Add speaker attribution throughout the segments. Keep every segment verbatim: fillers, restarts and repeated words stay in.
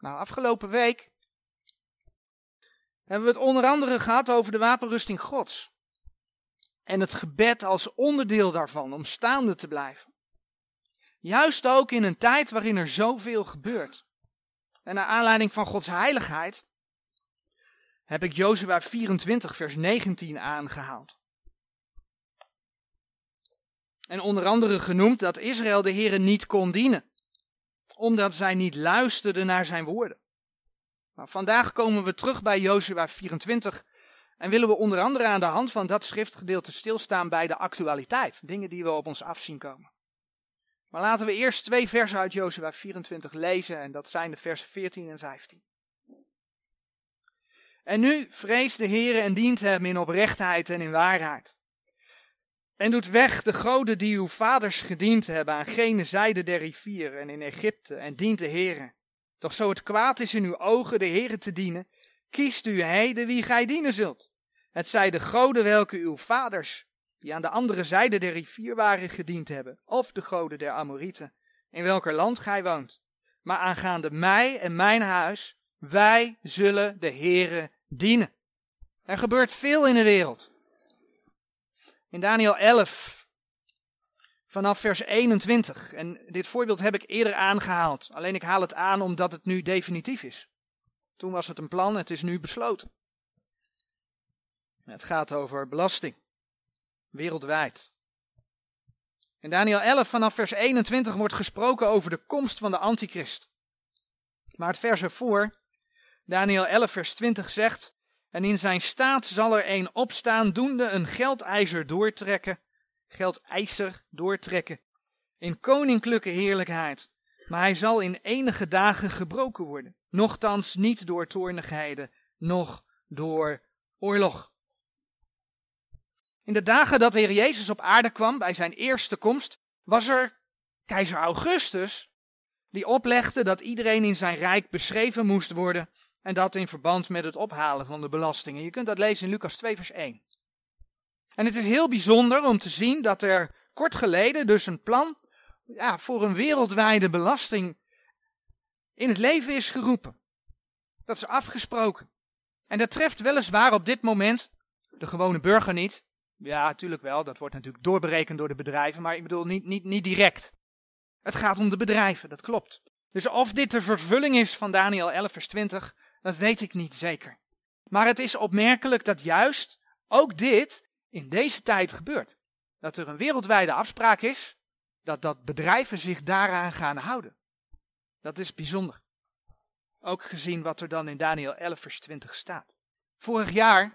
Speaker 1: Nou, afgelopen week hebben we het onder andere gehad over de wapenrusting Gods. En het gebed als onderdeel daarvan, om staande te blijven. Juist ook in een tijd waarin er zoveel gebeurt. En naar aanleiding van Gods heiligheid heb ik Jozua vierentwintig vers negentien aangehaald. En onder andere genoemd dat Israël de Heere niet kon dienen, omdat zij niet luisterden naar zijn woorden. Maar vandaag komen we terug bij Jozua vierentwintig en willen we onder andere aan de hand van dat schriftgedeelte stilstaan bij de actualiteit, dingen die we op ons af zien komen. Maar laten we eerst twee versen uit Jozua vierentwintig lezen en dat zijn de versen veertien en vijftien. En nu vreest de Heere en dient hem in oprechtheid en in waarheid. En doet weg de goden die uw vaders gediend hebben aan gene zijde der rivier en in Egypte en dient de Heere. Doch zo het kwaad is in uw ogen de Heere te dienen, kiest u heden wie gij dienen zult. Het zij de goden welke uw vaders, die aan de andere zijde der rivier waren, gediend hebben, of de goden der Amorieten, in welker land gij woont. Maar aangaande mij en mijn huis, wij zullen de Heere dienen. Er gebeurt veel in de wereld. In Daniël elf, vanaf vers eenentwintig. En dit voorbeeld heb ik eerder aangehaald. Alleen ik haal het aan omdat het nu definitief is. Toen was het een plan, het is nu besloten. Het gaat over belasting. Wereldwijd. In Daniël elf vanaf vers eenentwintig wordt gesproken over de komst van de antichrist. Maar het vers ervoor, Daniël elf vers twintig zegt: en in zijn staat zal er een opstaan doende een geldijzer doortrekken, geldijzer doortrekken, in koninklijke heerlijkheid. Maar hij zal in enige dagen gebroken worden, nochtans niet door toornigheden, noch door oorlog. In de dagen dat de Heer Jezus op aarde kwam, bij zijn eerste komst, was er keizer Augustus, die oplegde dat iedereen in zijn rijk beschreven moest worden, en dat in verband met het ophalen van de belastingen. Je kunt dat lezen in Lucas twee vers één. En het is heel bijzonder om te zien dat er kort geleden dus een plan ja, voor een wereldwijde belasting in het leven is geroepen. Dat is afgesproken. En dat treft weliswaar op dit moment de gewone burger niet. Ja, natuurlijk wel, dat wordt natuurlijk doorberekend door de bedrijven, maar ik bedoel niet, niet, niet direct. Het gaat om de bedrijven, dat klopt. Dus of dit de vervulling is van Daniël elf vers twintig, dat weet ik niet zeker. Maar het is opmerkelijk dat juist ook dit in deze tijd gebeurt. Dat er een wereldwijde afspraak is, dat, dat bedrijven zich daaraan gaan houden. Dat is bijzonder. Ook gezien wat er dan in Daniël elf vers twintig staat. Vorig jaar,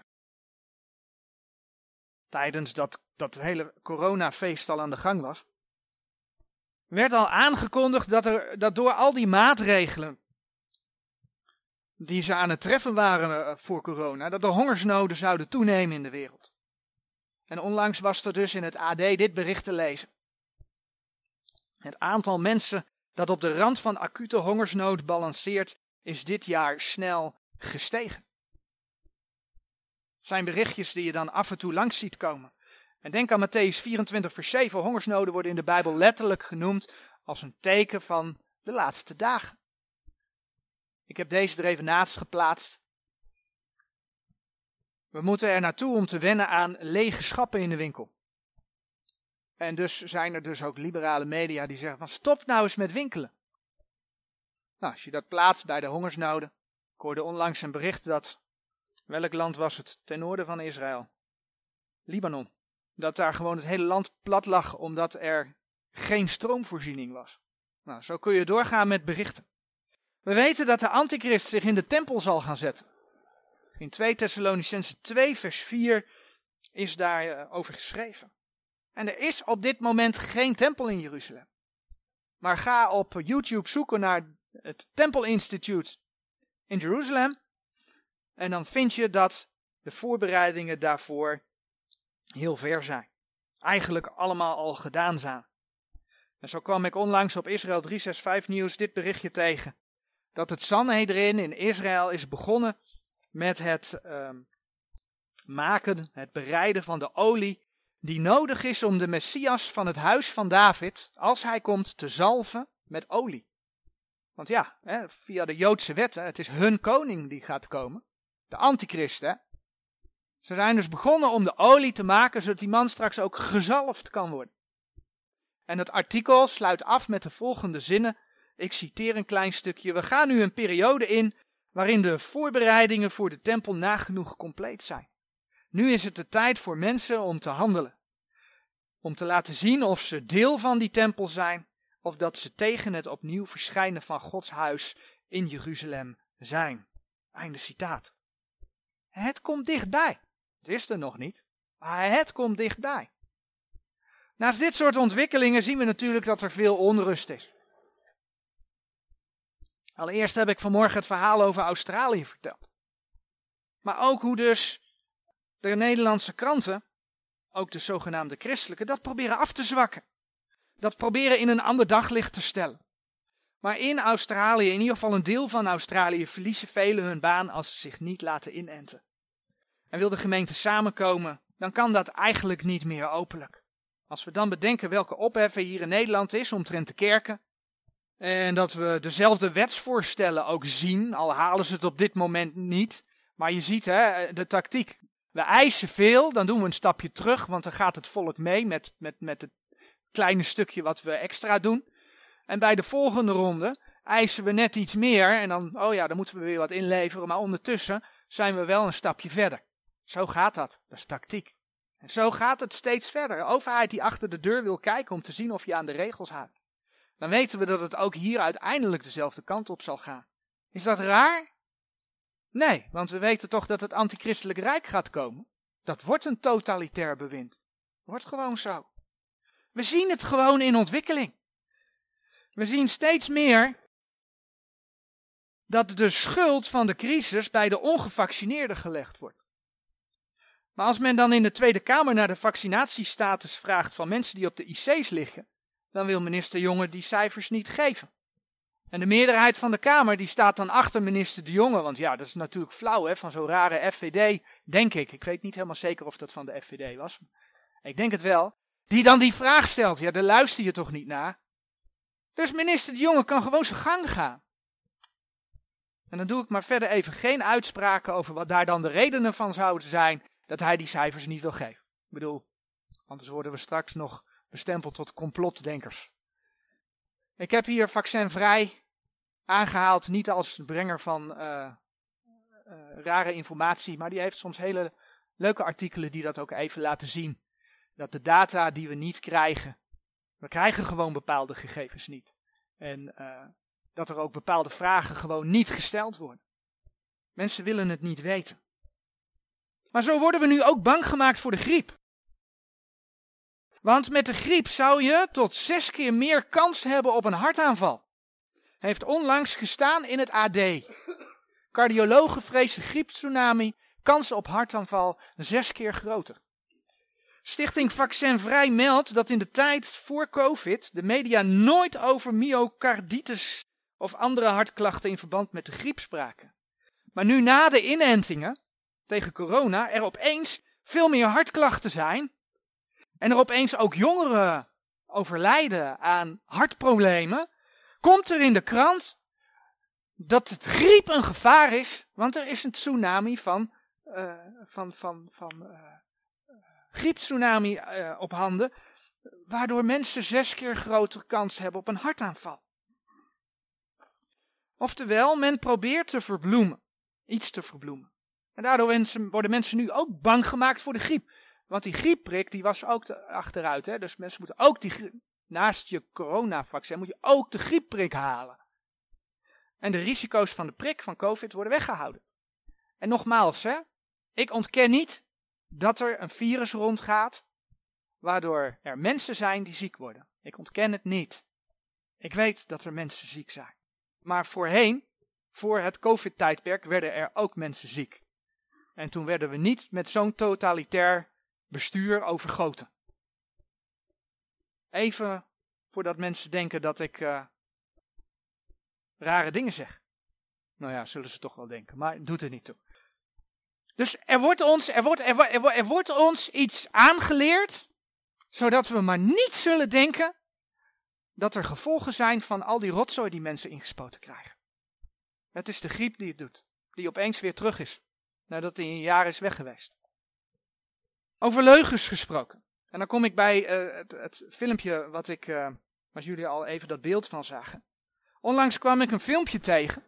Speaker 1: tijdens dat, dat hele coronafeest al aan de gang was, werd al aangekondigd dat, er, dat door al die maatregelen die ze aan het treffen waren voor corona, dat de hongersnoden zouden toenemen in de wereld. En onlangs was er dus in het A D dit bericht te lezen. Het aantal mensen dat op de rand van acute hongersnood balanceert, is dit jaar snel gestegen. Het zijn berichtjes die je dan af en toe langs ziet komen. En denk aan Mattheüs vierentwintig vers zeven. Hongersnoden worden in de Bijbel letterlijk genoemd als een teken van de laatste dagen. Ik heb deze er even naast geplaatst. We moeten er naartoe om te wennen aan lege schappen in de winkel. En dus zijn er dus ook liberale media die zeggen van stop nou eens met winkelen. Nou, als je dat plaatst bij de hongersnoden. Ik hoorde onlangs een bericht dat, welk land was het? Ten noorden van Israël. Libanon. Dat daar gewoon het hele land plat lag omdat er geen stroomvoorziening was. Nou, zo kun je doorgaan met berichten. We weten dat de antichrist zich in de tempel zal gaan zetten. In twee Thessalonicenzen twee vers vier is daar over geschreven. En er is op dit moment geen tempel in Jeruzalem. Maar ga op YouTube zoeken naar het Temple Institute in Jeruzalem. En dan vind je dat de voorbereidingen daarvoor heel ver zijn. Eigenlijk allemaal al gedaan zijn. En zo kwam ik onlangs op Israël driehonderdzesenzestig nieuws dit berichtje tegen. Dat het Sanhedrin in Israël is begonnen met het uh, maken, het bereiden van de olie die nodig is om de Messias van het huis van David, als hij komt, te zalven met olie. Want ja, hè, via de Joodse wetten, het is hun koning die gaat komen. De antichrist, hè. Ze zijn dus begonnen om de olie te maken, zodat die man straks ook gezalfd kan worden. En het artikel sluit af met de volgende zinnen. Ik citeer een klein stukje. We gaan nu een periode in waarin de voorbereidingen voor de tempel nagenoeg compleet zijn. Nu is het de tijd voor mensen om te handelen. Om te laten zien of ze deel van die tempel zijn, of dat ze tegen het opnieuw verschijnen van Gods huis in Jeruzalem zijn. Einde citaat. Het komt dichtbij. Het is er nog niet, maar het komt dichtbij. Naast dit soort ontwikkelingen zien we natuurlijk dat er veel onrust is. Allereerst heb ik vanmorgen het verhaal over Australië verteld. Maar ook hoe dus de Nederlandse kranten, ook de zogenaamde christelijke, dat proberen af te zwakken. Dat proberen in een ander daglicht te stellen. Maar in Australië, in ieder geval een deel van Australië, verliezen velen hun baan als ze zich niet laten inenten. En wil de gemeente samenkomen, dan kan dat eigenlijk niet meer openlijk. Als we dan bedenken welke ophef er hier in Nederland is omtrent de kerken, en dat we dezelfde wetsvoorstellen ook zien, al halen ze het op dit moment niet. Maar je ziet hè, de tactiek. We eisen veel, dan doen we een stapje terug, want dan gaat het volk mee met, met, met het kleine stukje wat we extra doen. En bij de volgende ronde eisen we net iets meer en dan, oh ja, dan moeten we weer wat inleveren. Maar ondertussen zijn we wel een stapje verder. Zo gaat dat, dat is tactiek. En zo gaat het steeds verder. De overheid die achter de deur wil kijken om te zien of je aan de regels houdt. Dan weten we dat het ook hier uiteindelijk dezelfde kant op zal gaan. Is dat raar? Nee, want we weten toch dat het antichristelijk rijk gaat komen. Dat wordt een totalitair bewind. Wordt gewoon zo. We zien het gewoon in ontwikkeling. We zien steeds meer dat de schuld van de crisis bij de ongevaccineerden gelegd wordt. Maar als men dan in de Tweede Kamer naar de vaccinatiestatus vraagt van mensen die op de I C's liggen, dan wil minister Jonge die cijfers niet geven. En de meerderheid van de Kamer die staat dan achter minister De Jonge, want ja, dat is natuurlijk flauw hè, van zo'n rare F V D, denk ik. Ik weet niet helemaal zeker of dat van de F V D was. Ik denk het wel. Die dan die vraag stelt, ja, daar luister je toch niet naar. Dus minister De Jonge kan gewoon zijn gang gaan. En dan doe ik maar verder even geen uitspraken over wat daar dan de redenen van zouden zijn dat hij die cijfers niet wil geven. Ik bedoel, anders worden we straks nog bestempeld tot complotdenkers. Ik heb hier vaccinvrij aangehaald, niet als brenger van uh, uh, rare informatie, maar die heeft soms hele leuke artikelen die dat ook even laten zien. Dat de data die we niet krijgen, we krijgen gewoon bepaalde gegevens niet. En uh, dat er ook bepaalde vragen gewoon niet gesteld worden. Mensen willen het niet weten. Maar zo worden we nu ook bang gemaakt voor de griep. Want met de griep zou je tot zes keer meer kans hebben op een hartaanval. Heeft onlangs gestaan in het A D. Cardiologen vrezen grieptsunami, kans op hartaanval zes keer groter. Stichting Vaccinvrij meldt dat in de tijd voor COVID de media nooit over myocarditis of andere hartklachten in verband met de griep spraken. Maar nu na de inentingen tegen corona er opeens veel meer hartklachten zijn en er opeens ook jongeren overlijden aan hartproblemen, komt er in de krant dat het griep een gevaar is, want er is een tsunami van, uh, van, van, van uh, grieptsunami uh, op handen, waardoor mensen zes keer grotere kans hebben op een hartaanval. Oftewel, men probeert te verbloemen, iets te verbloemen. En daardoor worden mensen nu ook bang gemaakt voor de griep. Want die griepprik, die was ook de, achteruit. Hè? Dus mensen moeten ook die, naast je coronavaccin, moet je ook de griepprik halen. En de risico's van de prik van COVID worden weggehouden. En nogmaals, hè, ik ontken niet dat er een virus rondgaat, waardoor er mensen zijn die ziek worden. Ik ontken het niet. Ik weet dat er mensen ziek zijn. Maar voorheen, voor het COVID-tijdperk, werden er ook mensen ziek. En toen werden we niet met zo'n totalitair bestuur overgoten. Even voordat mensen denken dat ik uh, rare dingen zeg. Nou ja, zullen ze toch wel denken, maar doet er niet toe. Dus er wordt ons, er wordt, er, wordt, er, wordt, er wordt ons iets aangeleerd, zodat we maar niet zullen denken dat er gevolgen zijn van al die rotzooi die mensen ingespoten krijgen. Het is de griep die het doet, die opeens weer terug is, nadat hij een jaar is weg geweest. Over leugens gesproken. En dan kom ik bij uh, het, het filmpje wat ik, uh, als jullie al even dat beeld van zagen. Onlangs kwam ik een filmpje tegen,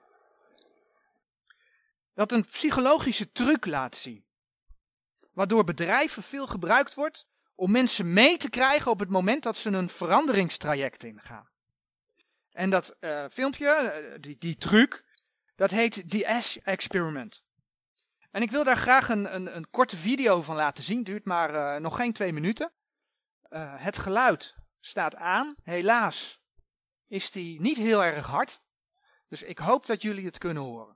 Speaker 1: dat een psychologische truc laat zien. Waardoor bedrijven veel gebruikt wordt om mensen mee te krijgen op het moment dat ze een veranderingstraject ingaan. En dat uh, filmpje, uh, die, die truc, dat heet The Ash Experiment. En ik wil daar graag een, een, een korte video van laten zien, duurt maar uh, nog geen twee minuten. Uh, het geluid staat aan, helaas is die niet heel erg hard, dus ik hoop dat jullie het kunnen horen.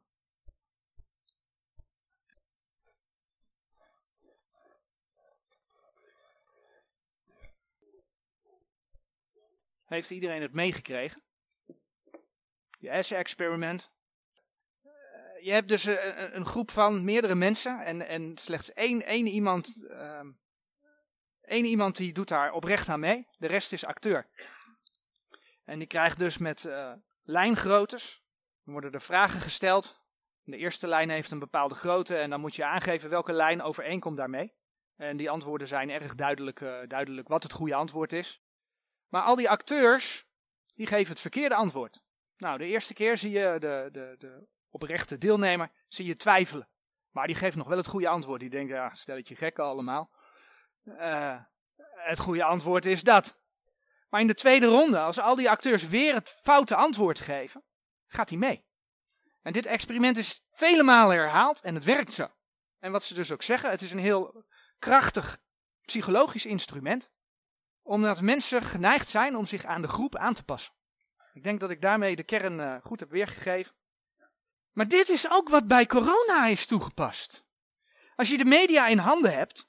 Speaker 1: Heeft iedereen het meegekregen? Je Ash-experiment. Uh, je hebt dus een, een groep van meerdere mensen en, en slechts één, één, iemand, uh, één iemand die doet daar oprecht aan mee. De rest is acteur. En die krijgt dus met uh, lijngroottes, dan worden er vragen gesteld. De eerste lijn heeft een bepaalde grootte en dan moet je aangeven welke lijn overeenkomt daarmee. En die antwoorden zijn erg duidelijk, uh, duidelijk wat het goede antwoord is. Maar al die acteurs, die geven het verkeerde antwoord. Nou, de eerste keer zie je de, de, de oprechte deelnemer, zie je twijfelen. Maar die geeft nog wel het goede antwoord. Die denkt, ja, stel het je gekken allemaal. Uh, het goede antwoord is dat. Maar in de tweede ronde, als al die acteurs weer het foute antwoord geven, gaat hij mee. En dit experiment is vele malen herhaald en het werkt zo. En wat ze dus ook zeggen, het is een heel krachtig psychologisch instrument. Omdat mensen geneigd zijn om zich aan de groep aan te passen. Ik denk dat ik daarmee de kern uh, goed heb weergegeven. Maar dit is ook wat bij corona is toegepast. Als je de media in handen hebt.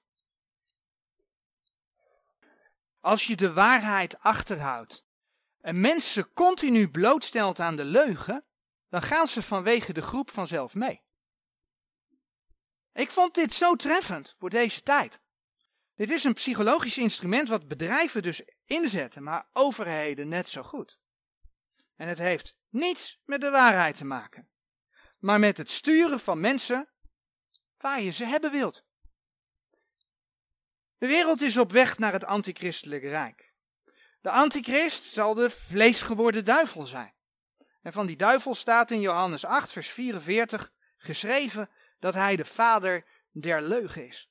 Speaker 1: Als je de waarheid achterhoudt. En mensen continu blootstelt aan de leugen. Dan gaan ze vanwege de groep vanzelf mee. Ik vond dit zo treffend voor deze tijd. Dit is een psychologisch instrument wat bedrijven dus inzetten, maar overheden net zo goed. En het heeft niets met de waarheid te maken, maar met het sturen van mensen waar je ze hebben wilt. De wereld is op weg naar het antichristelijke rijk. De antichrist zal de vleesgeworden duivel zijn. En van die duivel staat in Johannes acht vers vierenveertig geschreven dat hij de vader der leugen is.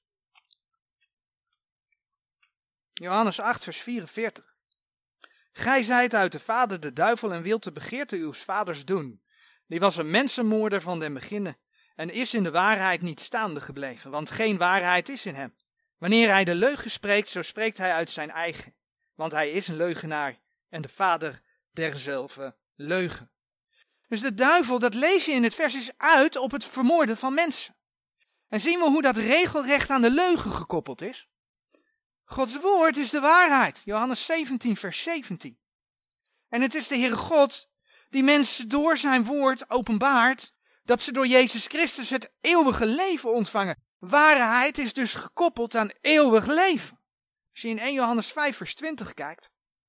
Speaker 1: Johannes acht vers vierenveertig. Gij zijt uit de vader de duivel en wilt de begeerte uws vaders doen. Die was een mensenmoorder van den beginne en is in de waarheid niet staande gebleven, want geen waarheid is in hem. Wanneer hij de leugen spreekt, zo spreekt hij uit zijn eigen, want hij is een leugenaar en de vader derzelfde leugen. Dus de duivel, dat lees je in het vers, is uit op het vermoorden van mensen. En zien we hoe dat regelrecht aan de leugen gekoppeld is? Gods woord is de waarheid. Johannes zeventien vers zeventien. En het is de Heere God die mensen door zijn woord openbaart dat ze door Jezus Christus het eeuwige leven ontvangen. Waarheid is dus gekoppeld aan eeuwig leven. Als je in eerste Johannes vijf vers twintig kijkt.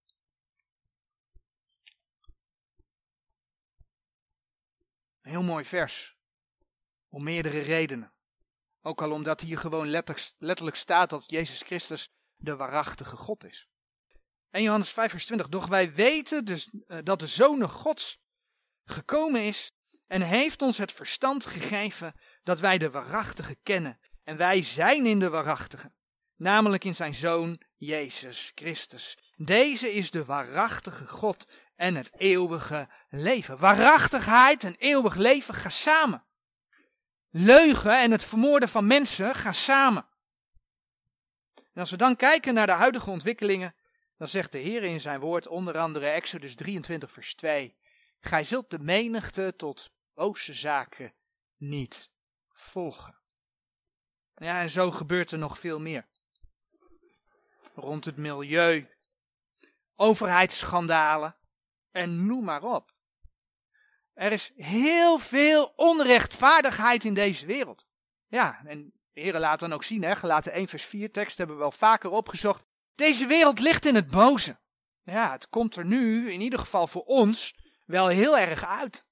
Speaker 1: Een heel mooi vers. Om meerdere redenen. Ook al omdat hier gewoon letterlijk staat dat Jezus Christus de waarachtige God is. eerste Johannes vijf vers twintig. Doch wij weten dus uh, dat de Zoon Gods gekomen is en heeft ons het verstand gegeven dat wij de waarachtige kennen. En wij zijn in de waarachtige, namelijk in zijn Zoon Jezus Christus. Deze is de waarachtige God en het eeuwige leven. Waarachtigheid en eeuwig leven gaan samen. Leugen en het vermoorden van mensen gaan samen. En als we dan kijken naar de huidige ontwikkelingen, dan zegt de Heer in zijn woord, onder andere Exodus drieëntwintig vers twee, gij zult de menigte tot boze zaken niet volgen. Ja, en zo gebeurt er nog veel meer. Rond het milieu, overheidsschandalen en noem maar op. Er is heel veel onrechtvaardigheid in deze wereld. Ja, en de Heer laat dan ook zien, hè, Galaten één vers vier, tekst hebben we wel vaker opgezocht. Deze wereld ligt in het boze. Ja, het komt er nu, in ieder geval voor ons, wel heel erg uit.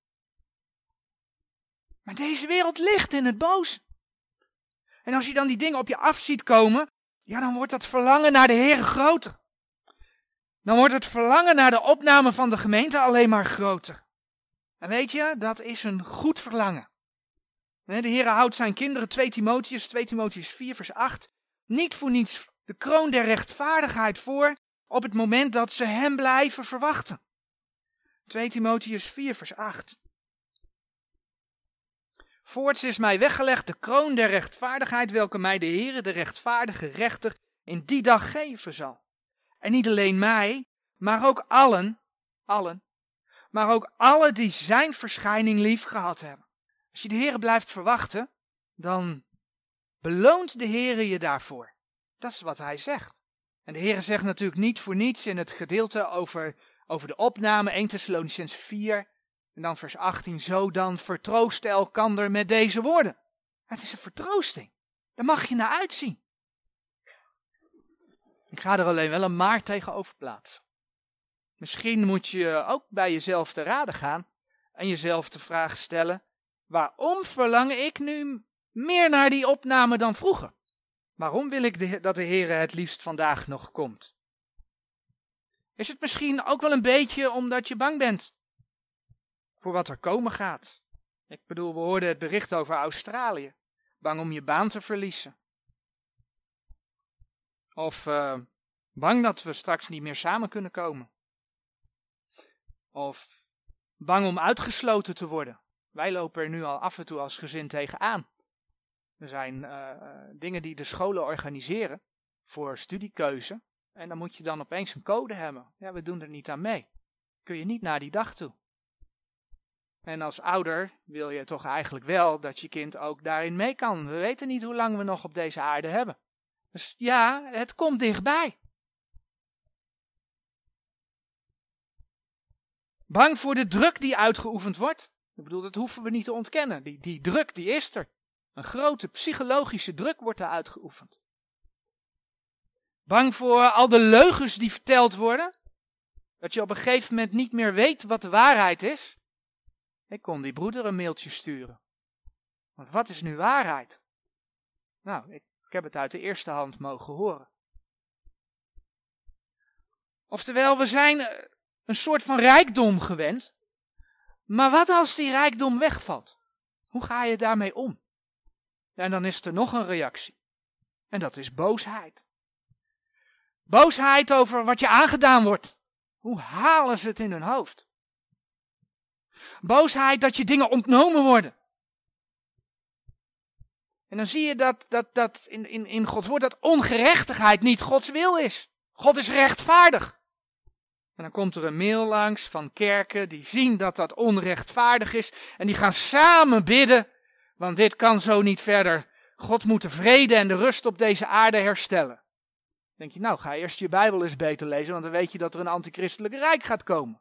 Speaker 1: Maar deze wereld ligt in het boze. En als je dan die dingen op je af ziet komen, ja, dan wordt dat verlangen naar de Heere groter. Dan wordt het verlangen naar de opname van de gemeente alleen maar groter. En weet je, dat is een goed verlangen. De Heere houdt zijn kinderen, twee Timotheus, twee Timotheus vier vers acht, niet voor niets de kroon der rechtvaardigheid voor, op het moment dat ze hem blijven verwachten. twee Timotheus vier vers acht. Voorts is mij weggelegd de kroon der rechtvaardigheid, welke mij de Heere, de rechtvaardige rechter, in die dag geven zal. En niet alleen mij, maar ook allen, allen, maar ook alle die zijn verschijning lief gehad hebben. Als je de Heere blijft verwachten, dan beloont de Heere je daarvoor. Dat is wat hij zegt. En de Heere zegt natuurlijk niet voor niets in het gedeelte over, over de opname, eerste Thessalonicenzen vier, en dan vers achttien, zo dan vertroost elkander met deze woorden. Het is een vertroosting. Daar mag je naar uitzien. Ik ga er alleen wel een maar tegenover plaatsen. Misschien moet je ook bij jezelf te raden gaan en jezelf de vraag stellen, waarom verlang ik nu meer naar die opname dan vroeger? Waarom wil ik de, dat de Heere het liefst vandaag nog komt? Is het misschien ook wel een beetje omdat je bang bent voor wat er komen gaat? Ik bedoel, we hoorden het bericht over Australië. Bang om je baan te verliezen. Of uh, bang dat we straks niet meer samen kunnen komen. Of bang om uitgesloten te worden. Wij lopen er nu al af en toe als gezin tegenaan. Er zijn uh, dingen die de scholen organiseren voor studiekeuze. En dan moet je dan opeens een code hebben. Ja, we doen er niet aan mee. Kun je niet naar die dag toe. En als ouder wil je toch eigenlijk wel dat je kind ook daarin mee kan. We weten niet hoe lang we nog op deze aarde hebben. Dus ja, het komt dichtbij. Bang voor de druk die uitgeoefend wordt. Ik bedoel, dat hoeven we niet te ontkennen. Die, die druk, die is er. Een grote psychologische druk wordt er uitgeoefend. Bang voor al de leugens die verteld worden. Dat je op een gegeven moment niet meer weet wat de waarheid is. Ik kon die broeder een mailtje sturen. Want wat is nu waarheid? Nou, ik, ik heb het uit de eerste hand mogen horen. Oftewel, we zijn een soort van rijkdom gewend. Maar wat als die rijkdom wegvalt? Hoe ga je daarmee om? En dan is er nog een reactie. En dat is boosheid. Boosheid over wat je aangedaan wordt. Hoe halen ze het in hun hoofd? Boosheid dat je dingen ontnomen worden. En dan zie je dat, dat, dat in, in, in Gods woord dat ongerechtigheid niet Gods wil is. God is rechtvaardig. En dan komt er een mail langs van kerken die zien dat dat onrechtvaardig is. En die gaan samen bidden, want dit kan zo niet verder. God moet de vrede en de rust op deze aarde herstellen. Dan denk je, nou ga eerst je Bijbel eens beter lezen, want dan weet je dat er een antichristelijk rijk gaat komen.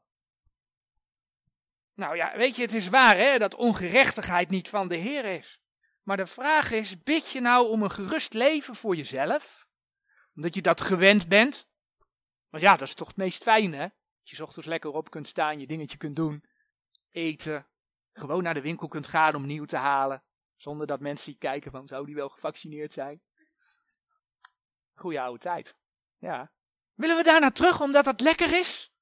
Speaker 1: Nou ja, weet je, het is waar hè, dat ongerechtigheid niet van de Heer is. Maar de vraag is, bid je nou om een gerust leven voor jezelf? Omdat je dat gewend bent? Want ja, dat is toch het meest fijn hè? Dat je 's ochtends lekker op kunt staan, je dingetje kunt doen, eten, gewoon naar de winkel kunt gaan om nieuw te halen. Zonder dat mensen kijken van, zou die wel gevaccineerd zijn? Goeie oude tijd. Ja. Willen we daarna terug omdat dat lekker is?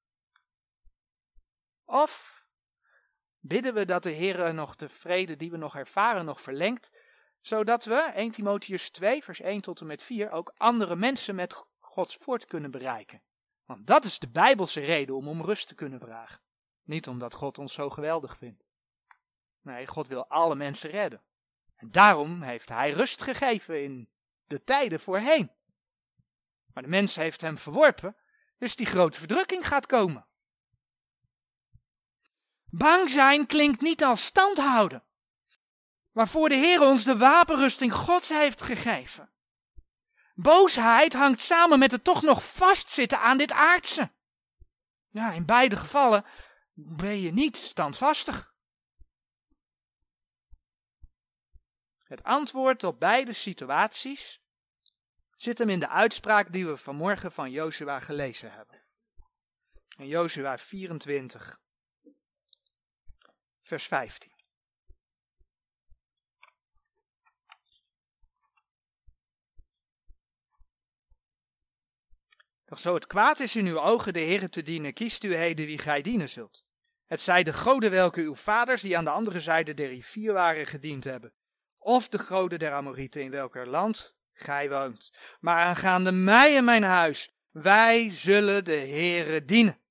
Speaker 1: Of bidden we dat de Heer nog de vrede die we nog ervaren nog verlengt, zodat we, eerste Timotheus twee vers één tot en met vier, ook andere mensen met Gods woord kunnen bereiken. Want dat is de Bijbelse reden om om rust te kunnen vragen. Niet omdat God ons zo geweldig vindt. Nee, God wil alle mensen redden. En daarom heeft hij rust gegeven in de tijden voorheen. Maar de mens heeft hem verworpen, dus die grote verdrukking gaat komen. Bang zijn klinkt niet als stand houden, waarvoor de Heer ons de wapenrusting Gods heeft gegeven. Boosheid hangt samen met het toch nog vastzitten aan dit aardse. Ja, in beide gevallen ben je niet standvastig. Het antwoord op beide situaties zit hem in de uitspraak die we vanmorgen van Jozua gelezen hebben. In Jozua vierentwintig, vers vijftien. Doch zo het kwaad is in uw ogen de Heere te dienen, kiest u heden wie gij dienen zult. Het zij de goden welke uw vaders, die aan de andere zijde der rivier waren, gediend hebben. Of de goden der Amorieten, in welker land gij woont. Maar aangaande mij en mijn huis, wij zullen de Heere dienen.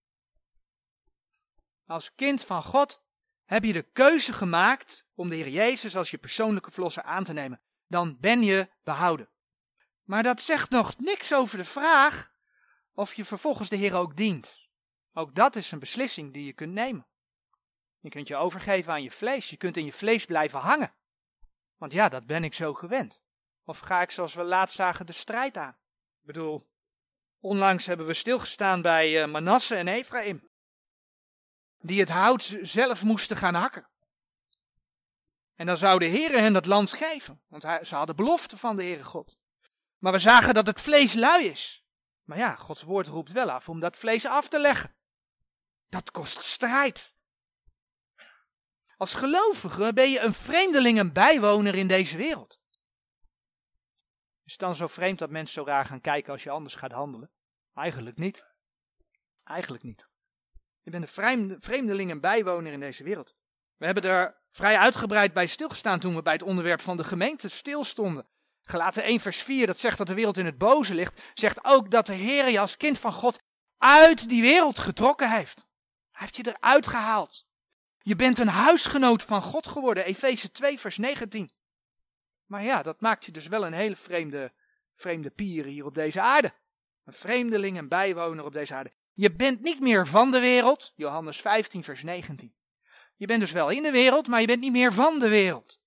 Speaker 1: Als kind van God heb je de keuze gemaakt om de Heer Jezus als je persoonlijke verlosser aan te nemen. Dan ben je behouden. Maar dat zegt nog niks over de vraag of je vervolgens de Heer ook dient. Ook dat is een beslissing die je kunt nemen. Je kunt je overgeven aan je vlees. Je kunt in je vlees blijven hangen. Want ja, dat ben ik zo gewend. Of ga ik zoals we laatst zagen de strijd aan? Ik bedoel, onlangs hebben we stilgestaan bij uh, Manasse en Ephraim. Die het hout zelf moesten gaan hakken. En dan zou de Heere hen dat land geven. Want hij, ze hadden belofte van de Heere God. Maar we zagen dat het vlees lui is. Maar ja, Gods woord roept wel af om dat vlees af te leggen. Dat kost strijd. Als gelovige ben je een vreemdeling, een bijwoner in deze wereld. Is het dan zo vreemd dat mensen zo raar gaan kijken als je anders gaat handelen? Eigenlijk niet. Eigenlijk niet. Je bent een vreemdeling, een bijwoner in deze wereld. We hebben er vrij uitgebreid bij stilgestaan toen we bij het onderwerp van de gemeente stilstonden. Galaten één vers vier, dat zegt dat de wereld in het boze ligt, zegt ook dat de Heer je als kind van God uit die wereld getrokken heeft. Hij heeft je eruit gehaald. Je bent een huisgenoot van God geworden, Efeze twee vers negentien. Maar ja, dat maakt je dus wel een hele vreemde, vreemde pier hier op deze aarde. Een vreemdeling, een bijwoner op deze aarde. Je bent niet meer van de wereld, Johannes vijftien vers negentien. Je bent dus wel in de wereld, maar je bent niet meer van de wereld.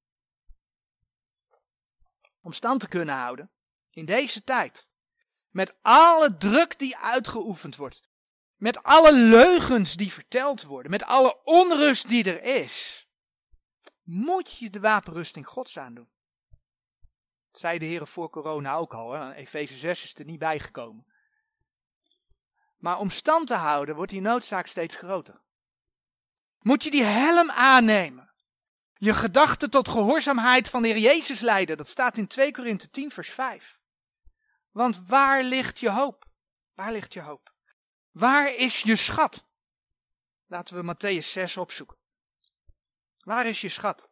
Speaker 1: Om stand te kunnen houden, in deze tijd, met alle druk die uitgeoefend wordt, met alle leugens die verteld worden, met alle onrust die er is, moet je de wapenrusting Gods aandoen. Dat zei de Heer voor corona ook al, hè? Efeze zes is er niet bijgekomen. Maar om stand te houden wordt die noodzaak steeds groter. Moet je die helm aannemen. Je gedachten tot gehoorzaamheid van de Heer Jezus leiden. Dat staat in twee Korinthe tien vers vijf. Want waar ligt je hoop? Waar ligt je hoop? Waar is je schat? Laten we Mattheüs zes opzoeken. Waar is je schat?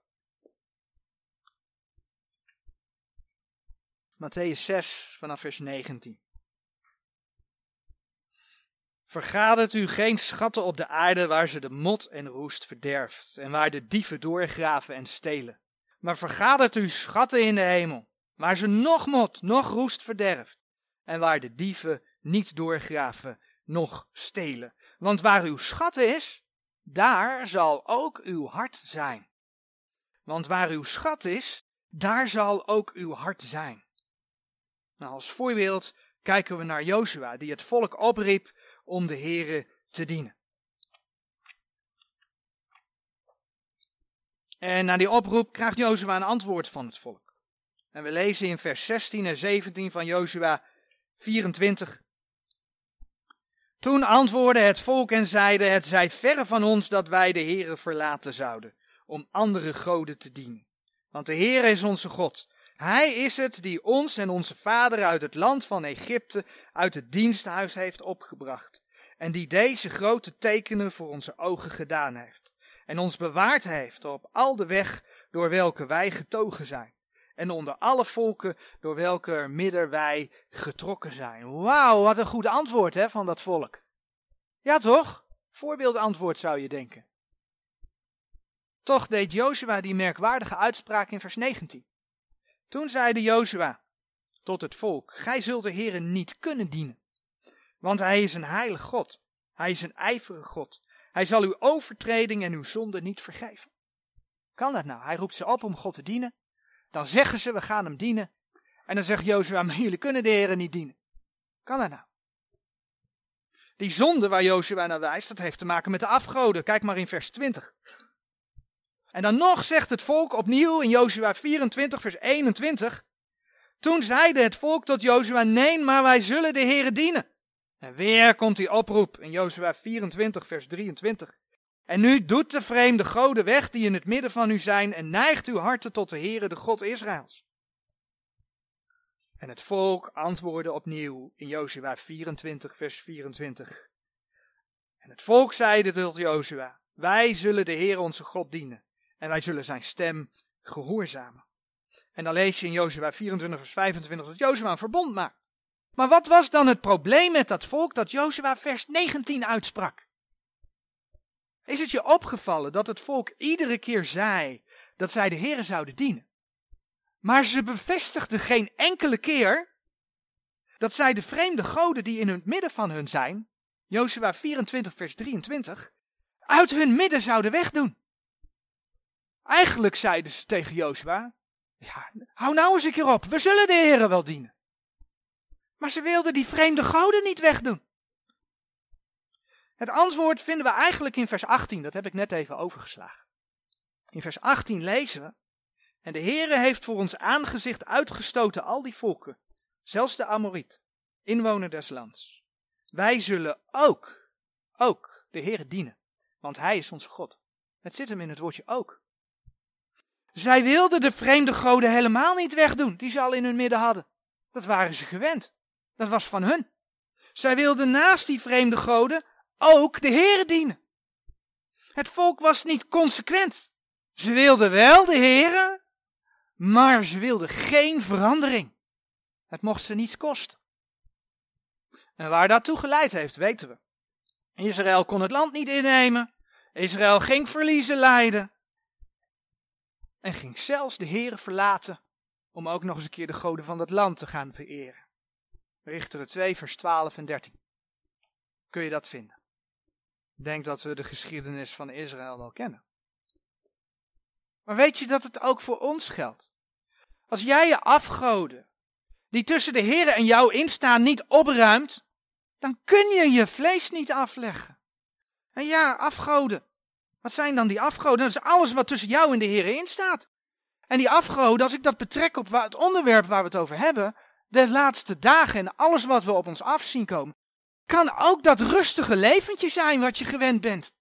Speaker 1: Mattheüs zes vanaf vers negentien. Vergadert u geen schatten op de aarde waar ze de mot en roest verderft en waar de dieven doorgraven en stelen. Maar vergadert u schatten in de hemel, waar ze nog mot, nog roest verderft en waar de dieven niet doorgraven, noch stelen. Want waar uw schat is, daar zal ook uw hart zijn. Want waar uw schat is, daar zal ook uw hart zijn. Nou, als voorbeeld kijken we naar Jozua, die het volk opriep om de Heere te dienen. En na die oproep krijgt Jozua een antwoord van het volk. En we lezen in vers zestien en zeventien van Jozua vierentwintig. Toen antwoordde het volk en zeide: het zij verre van ons dat wij de Heere verlaten zouden, om andere goden te dienen. Want de Heere is onze God. Hij is het die ons en onze vader uit het land van Egypte, uit het diensthuis heeft opgebracht. En die deze grote tekenen voor onze ogen gedaan heeft. En ons bewaard heeft op al de weg door welke wij getogen zijn. En onder alle volken door welke midden wij getrokken zijn. Wauw, wat een goed antwoord hè, van dat volk. Ja toch? Voorbeeldantwoord zou je denken. Toch deed Jozua die merkwaardige uitspraak in vers negentien. Toen zeide Jozua tot het volk: gij zult de Heere niet kunnen dienen. Want hij is een heilig God. Hij is een ijverige God. Hij zal uw overtreding en uw zonde niet vergeven. Kan dat nou? Hij roept ze op om God te dienen. Dan zeggen ze: we gaan hem dienen. En dan zegt Jozua: maar jullie kunnen de Heere niet dienen. Kan dat nou? Die zonde waar Jozua naar wijst, dat heeft te maken met de afgoden. Kijk maar in vers twintig. En dan nog zegt het volk opnieuw in Jozua vierentwintig vers eenentwintig. Toen zeide het volk tot Jozua: nee, maar wij zullen de Heere dienen. En weer komt die oproep in Jozua vierentwintig vers drieëntwintig. En nu doet de vreemde goden weg die in het midden van u zijn en neigt uw harten tot de Heere, de God Israëls. En het volk antwoordde opnieuw in Jozua vierentwintig vers vierentwintig. En het volk zeide tot Jozua, wij zullen de Heere onze God dienen en wij zullen zijn stem gehoorzamen. En dan lees je in Jozua vierentwintig vers vijfentwintig dat Jozua een verbond maakt. Maar wat was dan het probleem met dat volk dat Jozua vers negentien uitsprak? Is het je opgevallen dat het volk iedere keer zei dat zij de Heere zouden dienen? Maar ze bevestigden geen enkele keer dat zij de vreemde goden die in het midden van hun zijn, Jozua vierentwintig vers drieëntwintig, uit hun midden zouden wegdoen. Eigenlijk zeiden ze tegen Jozua, ja, hou nou eens een keer op, we zullen de Heere wel dienen. Maar ze wilden die vreemde goden niet wegdoen. Het antwoord vinden we eigenlijk in vers achttien, dat heb ik net even overgeslagen. In vers achttien lezen we, en de Heere heeft voor ons aangezicht uitgestoten al die volken, zelfs de Amoriet, inwoner des lands. Wij zullen ook, ook de Heere dienen, want hij is onze God. Het zit hem in het woordje ook. Zij wilden de vreemde goden helemaal niet wegdoen, die ze al in hun midden hadden. Dat waren ze gewend. Dat was van hun. Zij wilden naast die vreemde goden ook de Heere dienen. Het volk was niet consequent. Ze wilden wel de Heere, maar ze wilden geen verandering. Het mocht ze niets kosten. En waar dat toe geleid heeft, weten we. Israël kon het land niet innemen. Israël ging verliezen lijden. En ging zelfs de Heere verlaten om ook nog eens een keer de goden van dat land te gaan vereren. Richteren twee vers twaalf en dertien. Kun je dat vinden? Ik denk dat we de geschiedenis van Israël wel kennen. Maar weet je dat het ook voor ons geldt? Als jij je afgoden, die tussen de Heere en jou instaan, niet opruimt, dan kun je je vlees niet afleggen. En ja, afgoden. Wat zijn dan die afgoden? Dat is alles wat tussen jou en de Heere instaat. En die afgoden, als ik dat betrek op het onderwerp waar we het over hebben, de laatste dagen en alles wat we op ons af zien komen, kan ook dat rustige leventje zijn wat je gewend bent.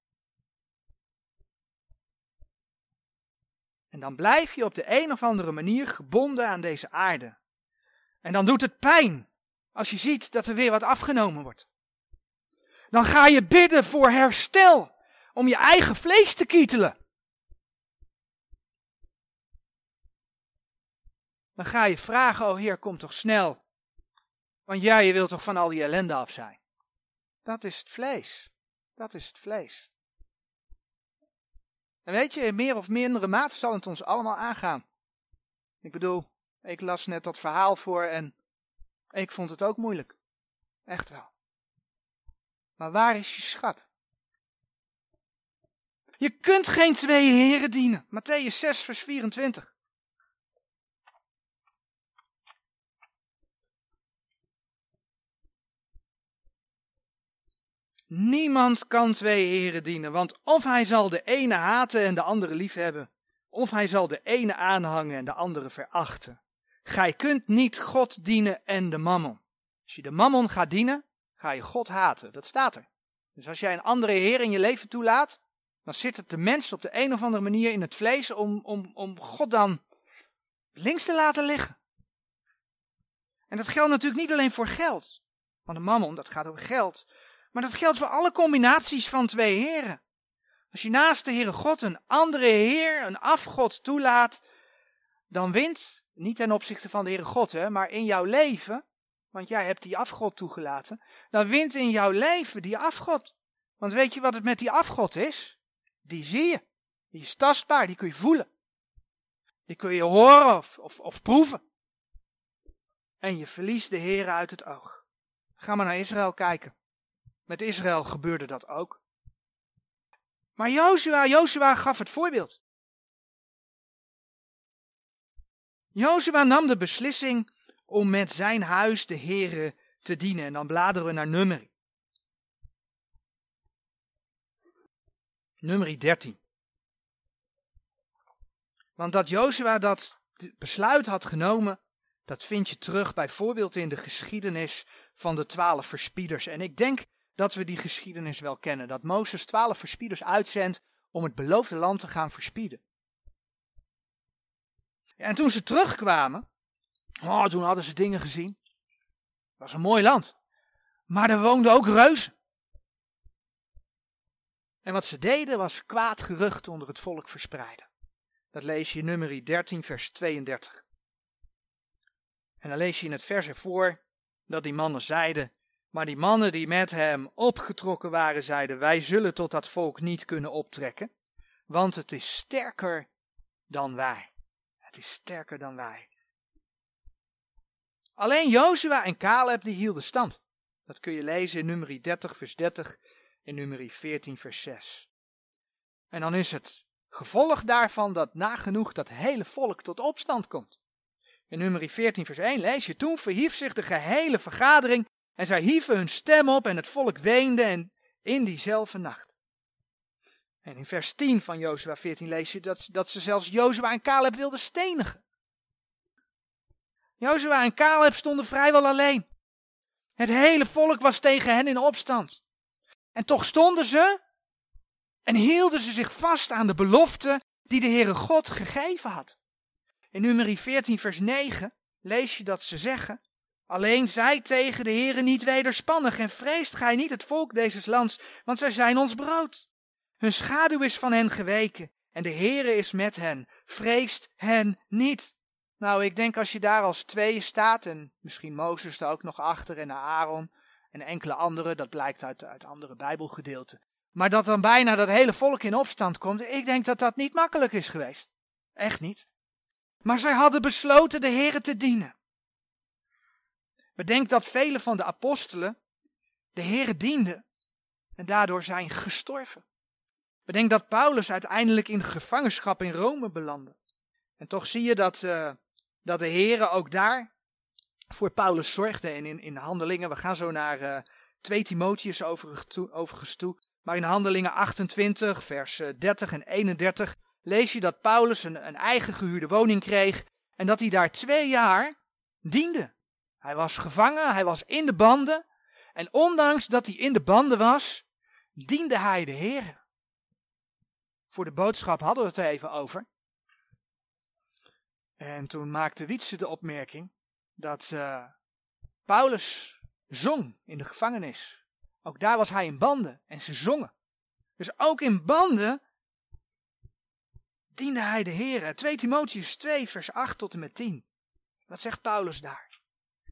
Speaker 1: En dan blijf je op de een of andere manier gebonden aan deze aarde. En dan doet het pijn als je ziet dat er weer wat afgenomen wordt. Dan ga je bidden voor herstel om je eigen vlees te kietelen. Dan ga je vragen, o Heer, kom toch snel. Want ja, je wilt toch van al die ellende af zijn. Dat is het vlees. Dat is het vlees. En weet je, in meer of mindere mate zal het ons allemaal aangaan. Ik bedoel, ik las net dat verhaal voor en ik vond het ook moeilijk. Echt wel. Maar waar is je schat? Je kunt geen twee heren dienen. Mattheüs zes vers vierentwintig. Niemand kan twee heren dienen, want of hij zal de ene haten en de andere liefhebben, of hij zal de ene aanhangen en de andere verachten. Gij kunt niet God dienen en de mammon. Als je de mammon gaat dienen, ga je God haten. Dat staat er. Dus als jij een andere heer in je leven toelaat, dan zit het de mens op de een of andere manier in het vlees om, om, om God dan links te laten liggen. En dat geldt natuurlijk niet alleen voor geld. Want de mammon, dat gaat over geld. Maar dat geldt voor alle combinaties van twee heren. Als je naast de Heere God een andere heer, een afgod toelaat, dan wint, niet ten opzichte van de Heere God, hè, maar in jouw leven, want jij hebt die afgod toegelaten, dan wint in jouw leven die afgod. Want weet je wat het met die afgod is? Die zie je. Die is tastbaar, die kun je voelen. Die kun je horen of, of, of proeven. En je verliest de Heere uit het oog. Ga maar naar Israël kijken. Met Israël gebeurde dat ook. Maar Jozua, Jozua gaf het voorbeeld. Jozua nam de beslissing om met zijn huis de Heere te dienen. En dan bladeren we naar Numeri. Numeri dertien. Want dat Jozua dat besluit had genomen, dat vind je terug bijvoorbeeld in de geschiedenis van de twaalf verspieders. En ik denk dat we die geschiedenis wel kennen. Dat Mozes twaalf verspieders uitzendt om het beloofde land te gaan verspieden. Ja, en toen ze terugkwamen, oh, toen hadden ze dingen gezien. Het was een mooi land. Maar er woonden ook reuzen. En wat ze deden was kwaad gerucht onder het volk verspreiden. Dat lees je in Numeri dertien vers tweeëndertig. En dan lees je in het vers ervoor dat die mannen zeiden, maar die mannen die met hem opgetrokken waren zeiden, wij zullen tot dat volk niet kunnen optrekken, want het is sterker dan wij. Het is sterker dan wij. Alleen Jozua en Caleb die hielden stand. Dat kun je lezen in Numeri dertig vers dertig en Numeri veertien vers zes. En dan is het gevolg daarvan dat nagenoeg dat hele volk tot opstand komt. In Numeri veertien vers één lees je, toen verhief zich de gehele vergadering en zij hieven hun stem op en het volk weende en in diezelfde nacht. En in vers tien van Jozua veertien lees je dat, dat ze zelfs Jozua en Caleb wilden stenigen. Jozua en Caleb stonden vrijwel alleen. Het hele volk was tegen hen in opstand. En toch stonden ze en hielden ze zich vast aan de belofte die de Heere God gegeven had. In Numeri veertien vers negen lees je dat ze zeggen, alleen zij tegen de Heere niet wederspannig en vreest gij niet het volk dezes lands, want zij zijn ons brood. Hun schaduw is van hen geweken en de Heere is met hen, vreest hen niet. Nou, ik denk als je daar als tweeën staat en misschien Mozes er ook nog achter en Aaron en enkele anderen, dat blijkt uit, uit andere Bijbelgedeelten. Maar dat dan bijna dat hele volk in opstand komt, ik denk dat dat niet makkelijk is geweest. Echt niet. Maar zij hadden besloten de Heere te dienen. Bedenk dat vele van de apostelen de Heere dienden en daardoor zijn gestorven. Bedenk dat Paulus uiteindelijk in gevangenschap in Rome belandde. En toch zie je dat, uh, dat de Heere ook daar voor Paulus zorgde. En in, in Handelingen, we gaan zo naar uh, twee Timotheus overigens toe, overigens toe. Maar in Handelingen achtentwintig, vers dertig en eenendertig lees je dat Paulus een, een eigen gehuurde woning kreeg. En dat hij daar twee jaar diende. Hij was gevangen, hij was in de banden. En ondanks dat hij in de banden was, diende hij de Heere. Voor de boodschap hadden we het er even over. En toen maakte Wietse de opmerking dat uh, Paulus zong in de gevangenis. Ook daar was hij in banden en ze zongen. Dus ook in banden diende hij de Heere. twee Timotheus twee vers acht tot en met tien. Wat zegt Paulus daar?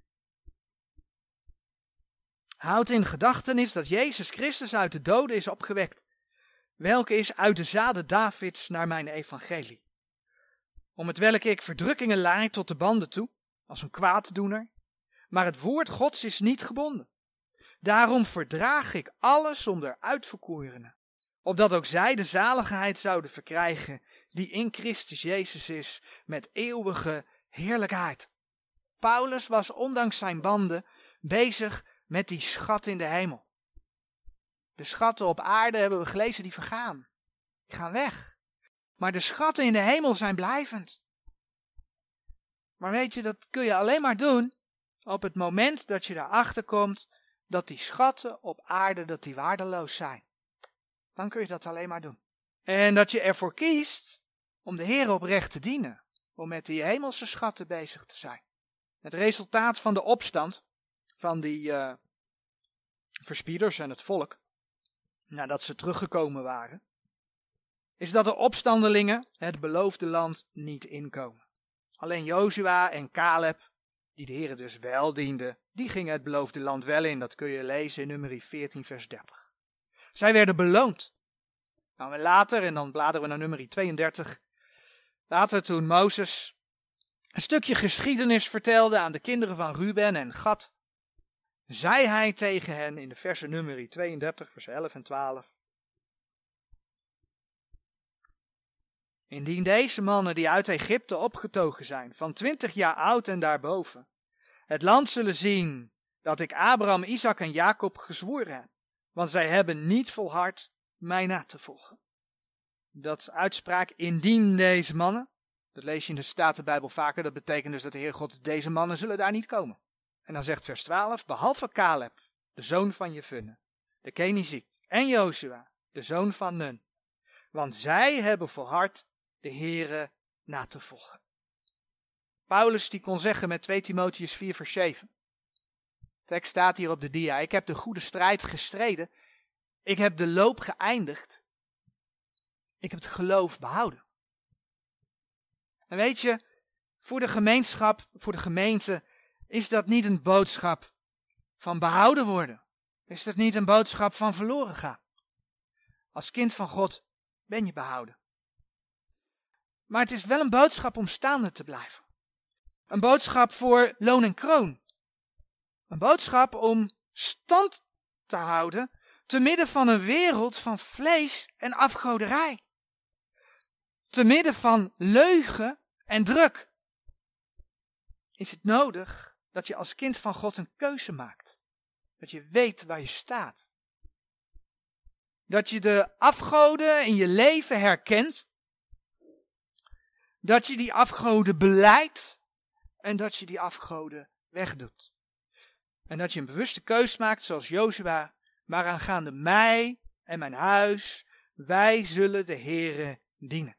Speaker 1: Houd in gedachtenis dat Jezus Christus uit de doden is opgewekt. Welke is uit de zaden Davids naar mijn evangelie. Om het welke ik verdrukkingen laai tot de banden toe, als een kwaaddoener. Maar het woord Gods is niet gebonden. Daarom verdraag ik alles om de uitverkorenen, opdat ook zij de zaligheid zouden verkrijgen die in Christus Jezus is, met eeuwige heerlijkheid. Paulus was ondanks zijn banden bezig met die schat in de hemel. De schatten op aarde, hebben we gelezen, die vergaan. Die gaan weg. Maar de schatten in de hemel zijn blijvend. Maar weet je, dat kun je alleen maar doen op het moment dat je erachter komt dat die schatten op aarde, dat die waardeloos zijn. Dan kun je dat alleen maar doen. En dat je ervoor kiest om de Heer oprecht te dienen. Om met die hemelse schatten bezig te zijn. Het resultaat van de opstand van die uh, verspieders en het volk, nadat ze teruggekomen waren, is dat de opstandelingen het beloofde land niet inkomen. Alleen Jozua en Caleb, die de Heere dus wel dienden, die gingen het beloofde land wel in. Dat kun je lezen in Numeri veertien vers dertig. Zij werden beloond. Nou, en later, en dan bladeren we naar Numeri tweeëndertig. Later toen Mozes een stukje geschiedenis vertelde aan de kinderen van Ruben en Gad, zei hij tegen hen in de versen Numeri tweeëndertig, vers elf en twaalf. Indien deze mannen die uit Egypte opgetogen zijn, van twintig jaar oud en daarboven, het land zullen zien dat ik Abraham, Isaac en Jacob gezworen heb, want zij hebben niet volhard mij na te volgen. Dat uitspraak, indien deze mannen, Dat lees je in de Statenbijbel vaker. Dat betekent dus dat de Heer God, deze mannen zullen daar niet komen. En dan zegt vers twaalf, behalve Caleb, de zoon van Jefune, de Keniziet, en Jozua, de zoon van Nun. Want zij hebben volhard de Heere na te volgen. Paulus die kon zeggen met twee Timotheüs vier vers zeven. De tekst staat hier op de dia. Ik heb de goede strijd gestreden. Ik heb de loop geëindigd. Ik heb het geloof behouden. En weet je, voor de gemeenschap, voor de gemeente, is dat niet een boodschap van behouden worden. Is dat niet een boodschap van verloren gaan. Als kind van God ben je behouden. Maar het is wel een boodschap om staande te blijven. Een boodschap voor loon en kroon. Een boodschap om stand te houden te midden van een wereld van vlees en afgoderij. Te midden van leugen en druk. Is het nodig dat je als kind van God een keuze maakt. Dat je weet waar je staat. Dat je de afgoden in je leven herkent. Dat je die afgoden belijdt. En dat je die afgoden wegdoet. En dat je een bewuste keus maakt zoals Jozua. Maar aangaande mij en mijn huis. Wij zullen de Heere dienen.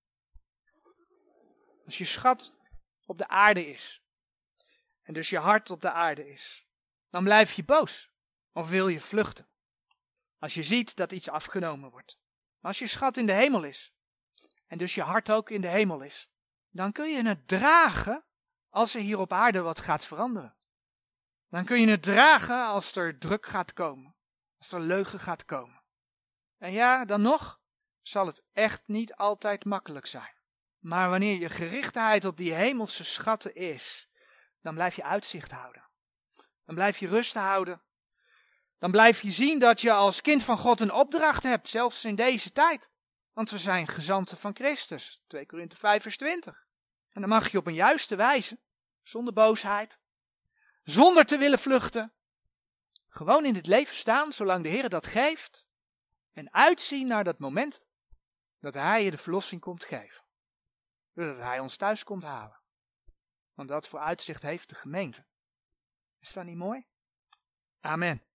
Speaker 1: Als je schat op de aarde is. En dus je hart op de aarde is. Dan blijf je boos. Of wil je vluchten. Als je ziet dat iets afgenomen wordt. Maar als je schat in de hemel is. En dus je hart ook in de hemel is. Dan kun je het dragen als er hier op aarde wat gaat veranderen. Dan kun je het dragen als er druk gaat komen. Als er leugen gaat komen. En ja, dan nog zal het echt niet altijd makkelijk zijn. Maar wanneer je gerichtheid op die hemelse schatten is, dan blijf je uitzicht houden. Dan blijf je rust houden. Dan blijf je zien dat je als kind van God een opdracht hebt, zelfs in deze tijd. Want we zijn gezanten van Christus, twee Korinthe vijf vers twintig. En dan mag je op een juiste wijze, zonder boosheid, zonder te willen vluchten, gewoon in het leven staan, zolang de Heer dat geeft. En uitzien naar dat moment dat Hij je de verlossing komt geven. Doordat Hij ons thuis komt halen. Want dat voor uitzicht heeft de gemeente. Is dat niet mooi? Amen.